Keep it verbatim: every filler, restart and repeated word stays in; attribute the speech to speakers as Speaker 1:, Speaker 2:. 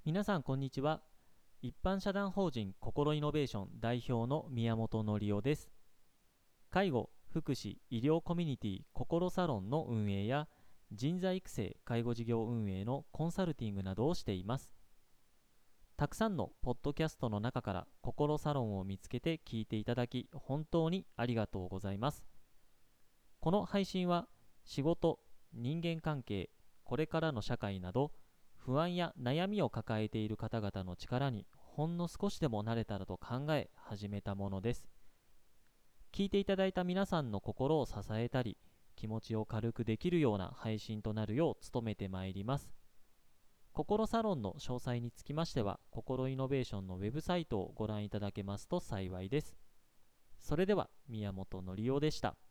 Speaker 1: 皆さんこんにちは。一般社団法人心イノベーション代表の宮本則夫です。介護、福祉、医療コミュニティ心サロンの運営や人材育成介護事業運営のコンサルティングなどをしています。たくさんのポッドキャストの中から心サロンを見つけて聞いていただき本当にありがとうございます。この配信は仕事、人間関係、これからの社会など不安や悩みを抱えている方々の力にほんの少しでもなれたらと考え始めたものです。聞いていただいた皆さんの心を支えたり、気持ちを軽くできるような配信となるよう努めてまいります。心サロンの詳細につきましては、心イノベーションのウェブサイトをご覧いただけますと幸いです。それでは、宮本則夫でした。